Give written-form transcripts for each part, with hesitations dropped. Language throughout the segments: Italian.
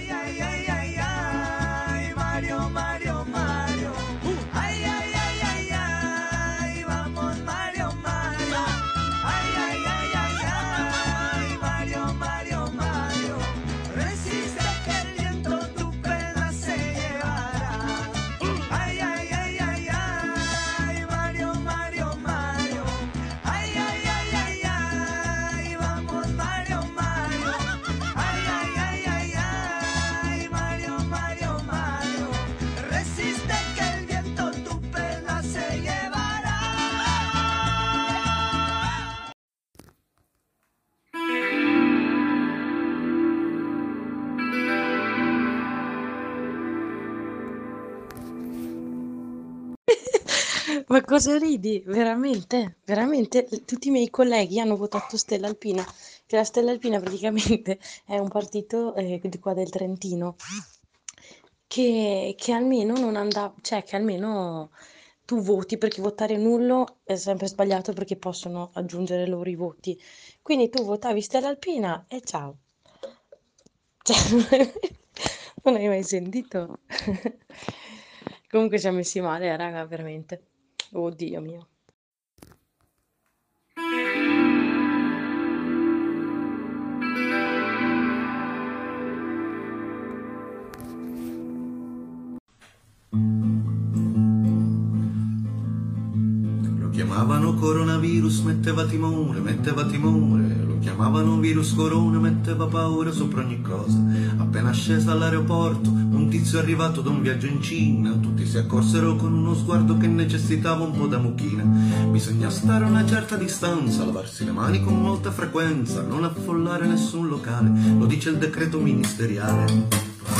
ay, ay, ay, ay, ay, Mario, Mario, Mario. Ay, ay, ay, ay, ay, vamos, Mario, Mario. Ay, ay, ay, ay, ay, Mario, Mario, Mario. Resiste que el viento tu pena se llevará. Ay, ay, ay, ay, ay, Mario, Mario, Mario. Ay, ay, ay, ay, ay, vamos, Mario, Mario. Ay, ay, ay, ay, ay, Mario, Mario, Mario. Resiste que el viento tu pena se llevará. Ma cosa ridi? Veramente? Veramente? Tutti i miei colleghi hanno votato Stella Alpina, che la Stella Alpina praticamente è un partito di qua del Trentino, che almeno non andava, cioè che almeno tu voti, perché votare nullo è sempre sbagliato perché possono aggiungere loro i voti. Quindi tu votavi Stella Alpina e ciao. Cioè, non hai mai sentito? Comunque ci ha messi male, raga, veramente. Oddio mio. Lo chiamavano coronavirus, metteva timore, lo chiamavano virus corona, metteva paura sopra ogni cosa. Appena scesa all'aeroporto, un tizio è arrivato da un viaggio in Cina, tutti si accorsero con uno sguardo che necessitava un po' da mucchina. Bisogna stare a una certa distanza, lavarsi le mani con molta frequenza, non affollare nessun locale, lo dice il decreto ministeriale.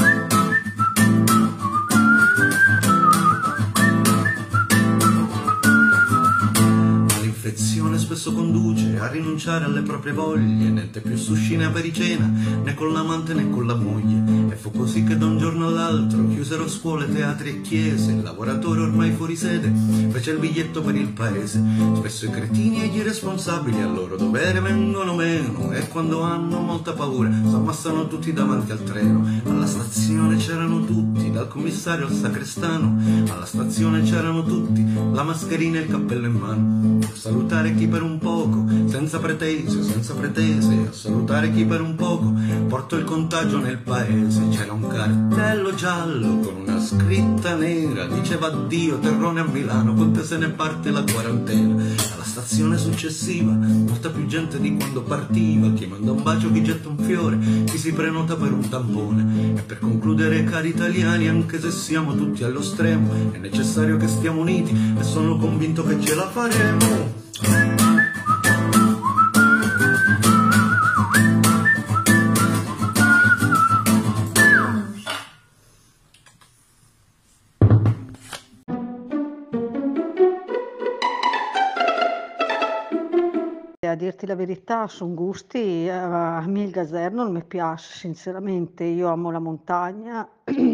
L'infezione spesso conduce a rinunciare alle proprie voglie, niente più sushi né pericena, né con l'amante né con la moglie. E fu così che da un giorno all'altro chiusero scuole, teatri e chiese, il lavoratore ormai fuori sede fece il biglietto per il paese. Spesso i cretini e gli irresponsabili al loro dovere vengono meno, e quando hanno molta paura s'ammassano tutti davanti al treno. Alla stazione c'erano tutti, dal commissario al sacrestano, alla stazione c'erano tutti, la mascherina e il cappello in mano. A salutare chi per un poco, senza pretese, a salutare chi per un poco portò il contagio nel paese. C'era un cartello giallo con una scritta nera, diceva addio terrone a Milano, con te se ne parte la quarantena. Alla stazione successiva molta più gente di quando partiva, chi manda un bacio, chi getta un fiore, chi si prenota per un tampone. E per concludere, cari italiani, anche se siamo tutti allo stremo, è necessario che stiamo uniti e sono convinto che ce la faremo. A dirti la verità, sono gusti, a me il Gaser non mi piace, sinceramente, io amo la montagna,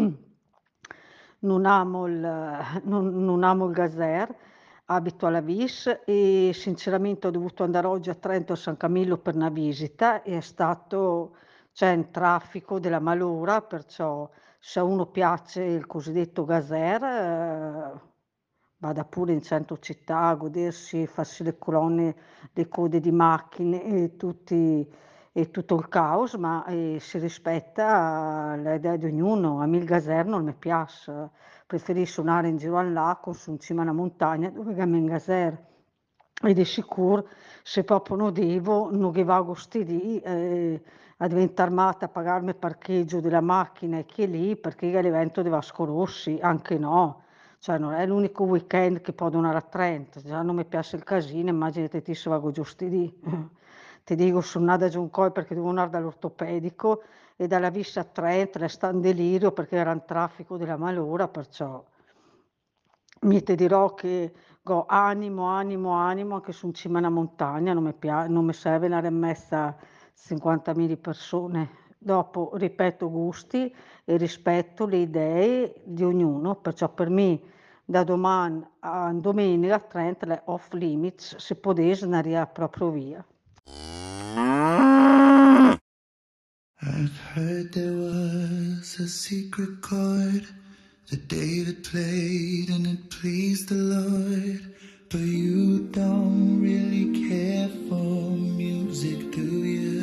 non amo il Gaser, abito alla Vis e sinceramente ho dovuto andare oggi a Trento a San Camillo per una visita e è stato, c'è in traffico della malora, perciò se a uno piace il cosiddetto Gaser, vada pure in centro città a godersi, farsi le colonne, le code di macchine e tutto il caos, ma si rispetta le idee di ognuno. A me il Gaser non mi piace, preferisco andare in giro al lago, su in cima a una montagna dove gamma in Gaser. Ed è sicuro, se proprio non devo, non che vado sti lì a diventare matta a pagarmi il parcheggio della macchina e che è lì perché l'evento di Vasco Rossi, anche no. Cioè non è l'unico weekend che può donare a Trento, già non mi piace il casino, immaginate se vado giusti lì. Ti dico, sono nata a Giuncoy perché devo andare dall'ortopedico e dalla Vista a Trento resta in delirio perché era in traffico della malora, perciò mi ti dirò che go animo anche su in cima a una montagna, non mi serve una messa a 50.000 persone. Dopo, ripeto, gusti e rispetto le idee di ognuno, perciò per me da domani a domenica a Trento è off limits, se potessi andare proprio via. I've heard there was a secret chord that David played and it pleased the Lord. But you don't really care for music, do you?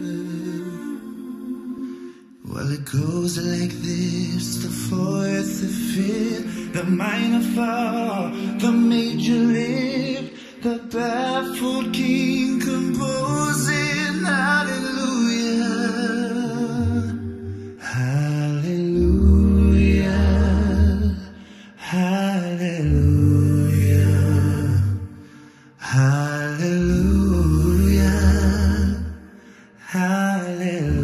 Well, it goes like this: the fourth, the fifth, the minor fall, the major lift, the baffled king composing hallelujah, hallelujah, hallelujah, hallelujah, hallelujah.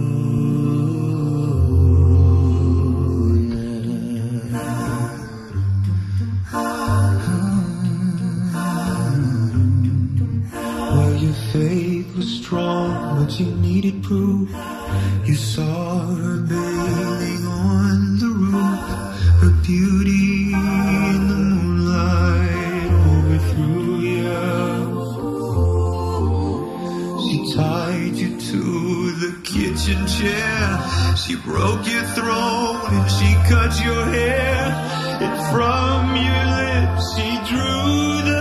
Faith was strong, but you needed proof. You saw her bathing on the roof, her beauty in the moonlight overthrew you. She tied you to the kitchen chair, she broke your throat and she cut your hair, and from your lips she drew the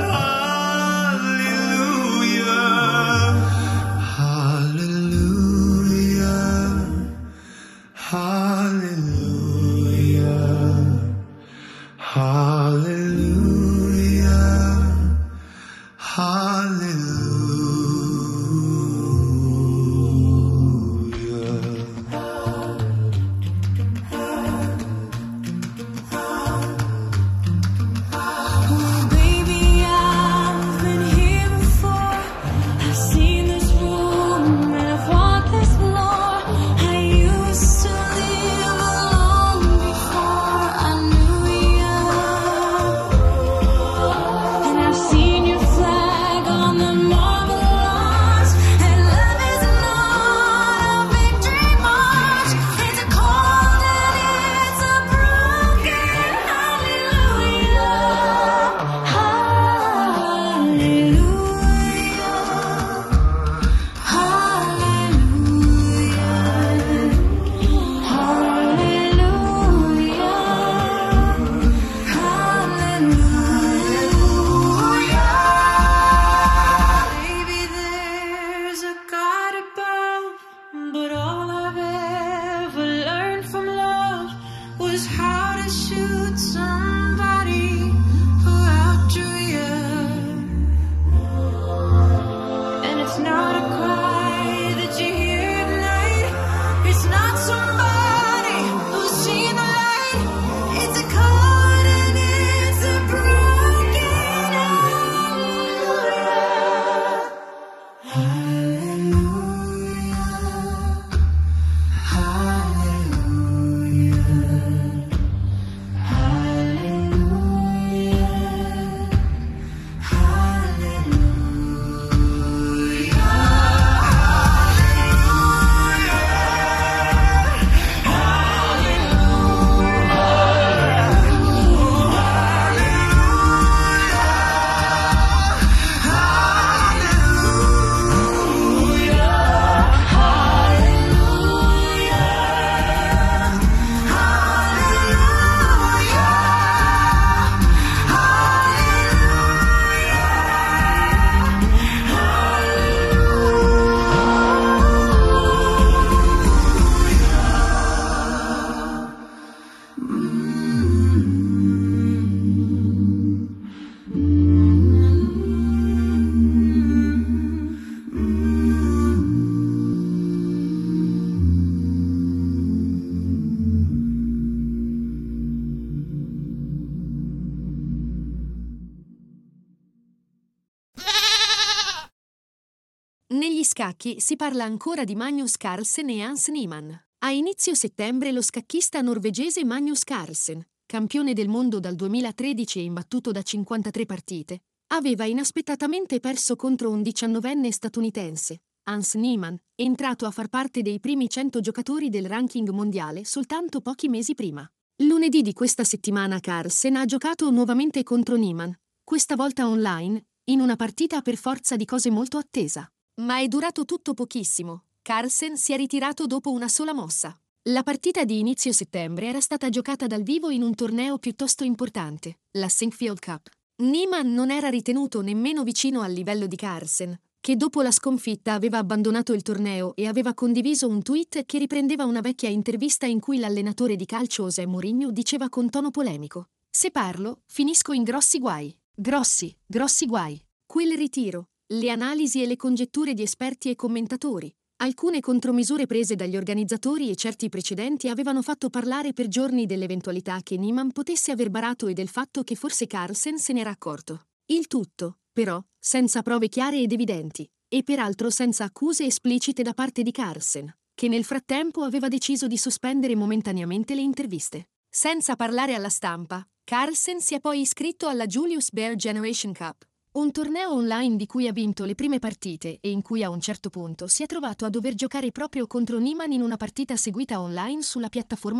Negli scacchi si parla ancora di Magnus Carlsen e Hans Niemann. A inizio settembre lo scacchista norvegese Magnus Carlsen, campione del mondo dal 2013 e imbattuto da 53 partite, aveva inaspettatamente perso contro un 19enne statunitense, Hans Niemann, entrato a far parte dei primi 100 giocatori del ranking mondiale soltanto pochi mesi prima. Lunedì di questa settimana Carlsen ha giocato nuovamente contro Niemann, questa volta online, in una partita per forza di cose molto attesa. Ma è durato tutto pochissimo. Carlsen si è ritirato dopo una sola mossa. La partita di inizio settembre era stata giocata dal vivo in un torneo piuttosto importante, la Sinquefield Cup. Niemann non era ritenuto nemmeno vicino al livello di Carlsen, che dopo la sconfitta aveva abbandonato il torneo e aveva condiviso un tweet che riprendeva una vecchia intervista in cui l'allenatore di calcio José Mourinho diceva con tono polemico: «Se parlo, finisco in grossi guai. Grossi guai». Quel ritiro, le analisi e le congetture di esperti e commentatori, alcune contromisure prese dagli organizzatori e certi precedenti avevano fatto parlare per giorni dell'eventualità che Niemann potesse aver barato e del fatto che forse Carlsen se n'era accorto. Il tutto, però, senza prove chiare ed evidenti, e peraltro senza accuse esplicite da parte di Carlsen, che nel frattempo aveva deciso di sospendere momentaneamente le interviste. Senza parlare alla stampa, Carlsen si è poi iscritto alla Julius Baer Generation Cup, un torneo online di cui ha vinto le prime partite e in cui a un certo punto si è trovato a dover giocare proprio contro Niemann in una partita seguita online sulla piattaforma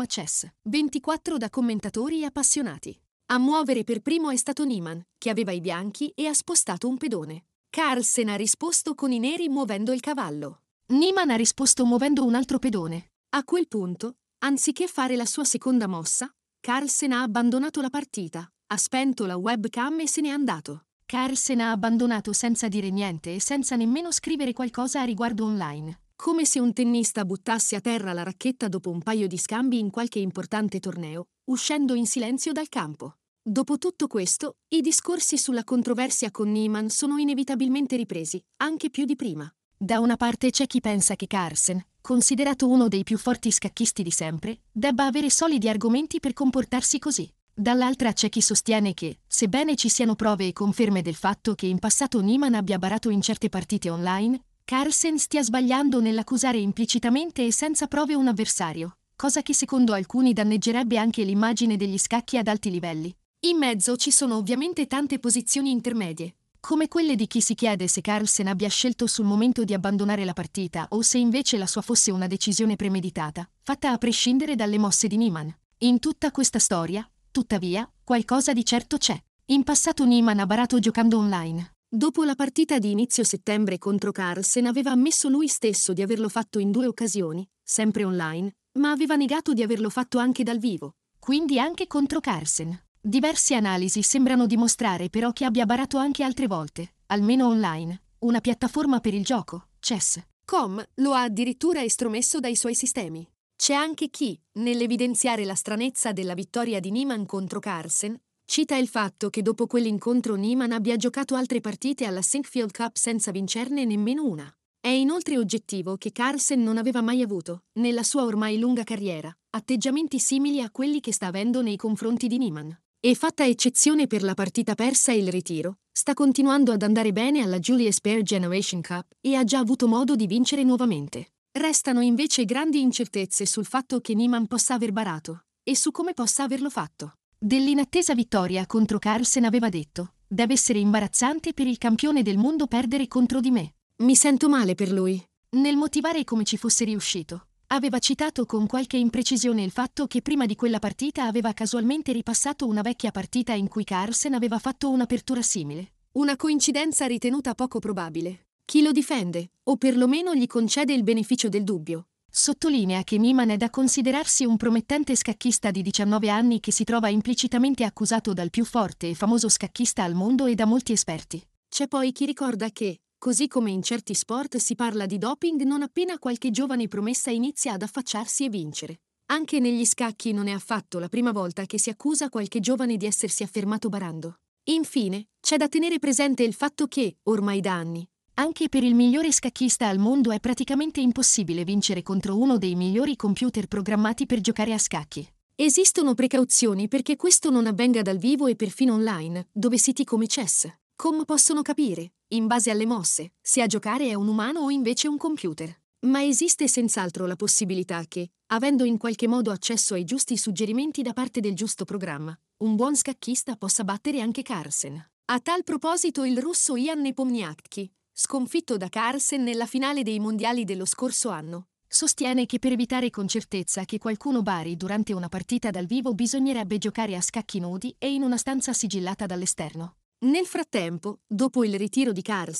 Chess24 da commentatori e appassionati. A muovere per primo è stato Niemann, che aveva i bianchi e ha spostato un pedone. Carlsen ha risposto con i neri muovendo il cavallo. Niemann ha risposto muovendo un altro pedone. A quel punto, anziché fare la sua seconda mossa, Carlsen ha abbandonato la partita, ha spento la webcam e se n'è andato. Carlsen ha abbandonato senza dire niente e senza nemmeno scrivere qualcosa a riguardo online, come se un tennista buttasse a terra la racchetta dopo un paio di scambi in qualche importante torneo, uscendo in silenzio dal campo. Dopo tutto questo, i discorsi sulla controversia con Niemann sono inevitabilmente ripresi, anche più di prima. Da una parte c'è chi pensa che Carlsen, considerato uno dei più forti scacchisti di sempre, debba avere solidi argomenti per comportarsi così. Dall'altra c'è chi sostiene che, sebbene ci siano prove e conferme del fatto che in passato Niemann abbia barato in certe partite online, Carlsen stia sbagliando nell'accusare implicitamente e senza prove un avversario, cosa che secondo alcuni danneggerebbe anche l'immagine degli scacchi ad alti livelli. In mezzo ci sono ovviamente tante posizioni intermedie, come quelle di chi si chiede se Carlsen abbia scelto sul momento di abbandonare la partita o se invece la sua fosse una decisione premeditata, fatta a prescindere dalle mosse di Niemann. In tutta questa storia, tuttavia, qualcosa di certo c'è. In passato Niemann ha barato giocando online. Dopo la partita di inizio settembre contro Carlsen aveva ammesso lui stesso di averlo fatto in 2 occasioni, sempre online, ma aveva negato di averlo fatto anche dal vivo, quindi anche contro Carlsen. Diverse analisi sembrano dimostrare però che abbia barato anche altre volte, almeno online, una piattaforma per il gioco, Chess.com, lo ha addirittura estromesso dai suoi sistemi. C'è anche chi, nell'evidenziare la stranezza della vittoria di Niemann contro Carlsen, cita il fatto che dopo quell'incontro Niemann abbia giocato altre partite alla Sinquefield Cup senza vincerne nemmeno una. È inoltre oggettivo che Carlsen non aveva mai avuto, nella sua ormai lunga carriera, atteggiamenti simili a quelli che sta avendo nei confronti di Niemann. E fatta eccezione per la partita persa e il ritiro, sta continuando ad andare bene alla Julius Baer Generation Cup e ha già avuto modo di vincere nuovamente. Restano invece grandi incertezze sul fatto che Niemann possa aver barato, e su come possa averlo fatto. Dell'inattesa vittoria contro Carlsen aveva detto: «Deve essere imbarazzante per il campione del mondo perdere contro di me. Mi sento male per lui». Nel motivare come ci fosse riuscito, aveva citato con qualche imprecisione il fatto che prima di quella partita aveva casualmente ripassato una vecchia partita in cui Carlsen aveva fatto un'apertura simile. Una coincidenza ritenuta poco probabile. Chi lo difende, o perlomeno gli concede il beneficio del dubbio, sottolinea che Niemann è da considerarsi un promettente scacchista di 19 anni che si trova implicitamente accusato dal più forte e famoso scacchista al mondo e da molti esperti. C'è poi chi ricorda che, così come in certi sport si parla di doping non appena qualche giovane promessa inizia ad affacciarsi e vincere. Anche negli scacchi non è affatto la prima volta che si accusa qualche giovane di essersi affermato barando. Infine, c'è da tenere presente il fatto che, ormai da anni, anche per il migliore scacchista al mondo è praticamente impossibile vincere contro uno dei migliori computer programmati per giocare a scacchi. Esistono precauzioni perché questo non avvenga dal vivo e perfino online, dove siti come Chess.com possono capire, in base alle mosse, se a giocare è un umano o invece un computer. Ma esiste senz'altro la possibilità che, avendo in qualche modo accesso ai giusti suggerimenti da parte del giusto programma, un buon scacchista possa battere anche Carlsen. A tal proposito il russo Ian Nepomniachtchi, sconfitto da Carlsen nella finale dei mondiali dello scorso anno, sostiene che per evitare con certezza che qualcuno bari durante una partita dal vivo bisognerebbe giocare a scacchi nudi e in una stanza sigillata dall'esterno. Nel frattempo, dopo il ritiro di Carlsen,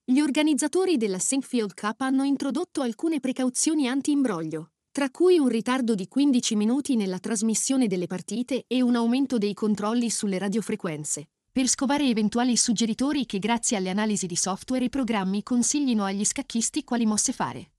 Gli organizzatori della Sinquefield Cup hanno introdotto alcune precauzioni anti-imbroglio, tra cui un ritardo di 15 minuti nella trasmissione delle partite e un aumento dei controlli sulle radiofrequenze, per scovare eventuali suggeritori che grazie alle analisi di software e programmi consiglino agli scacchisti quali mosse fare.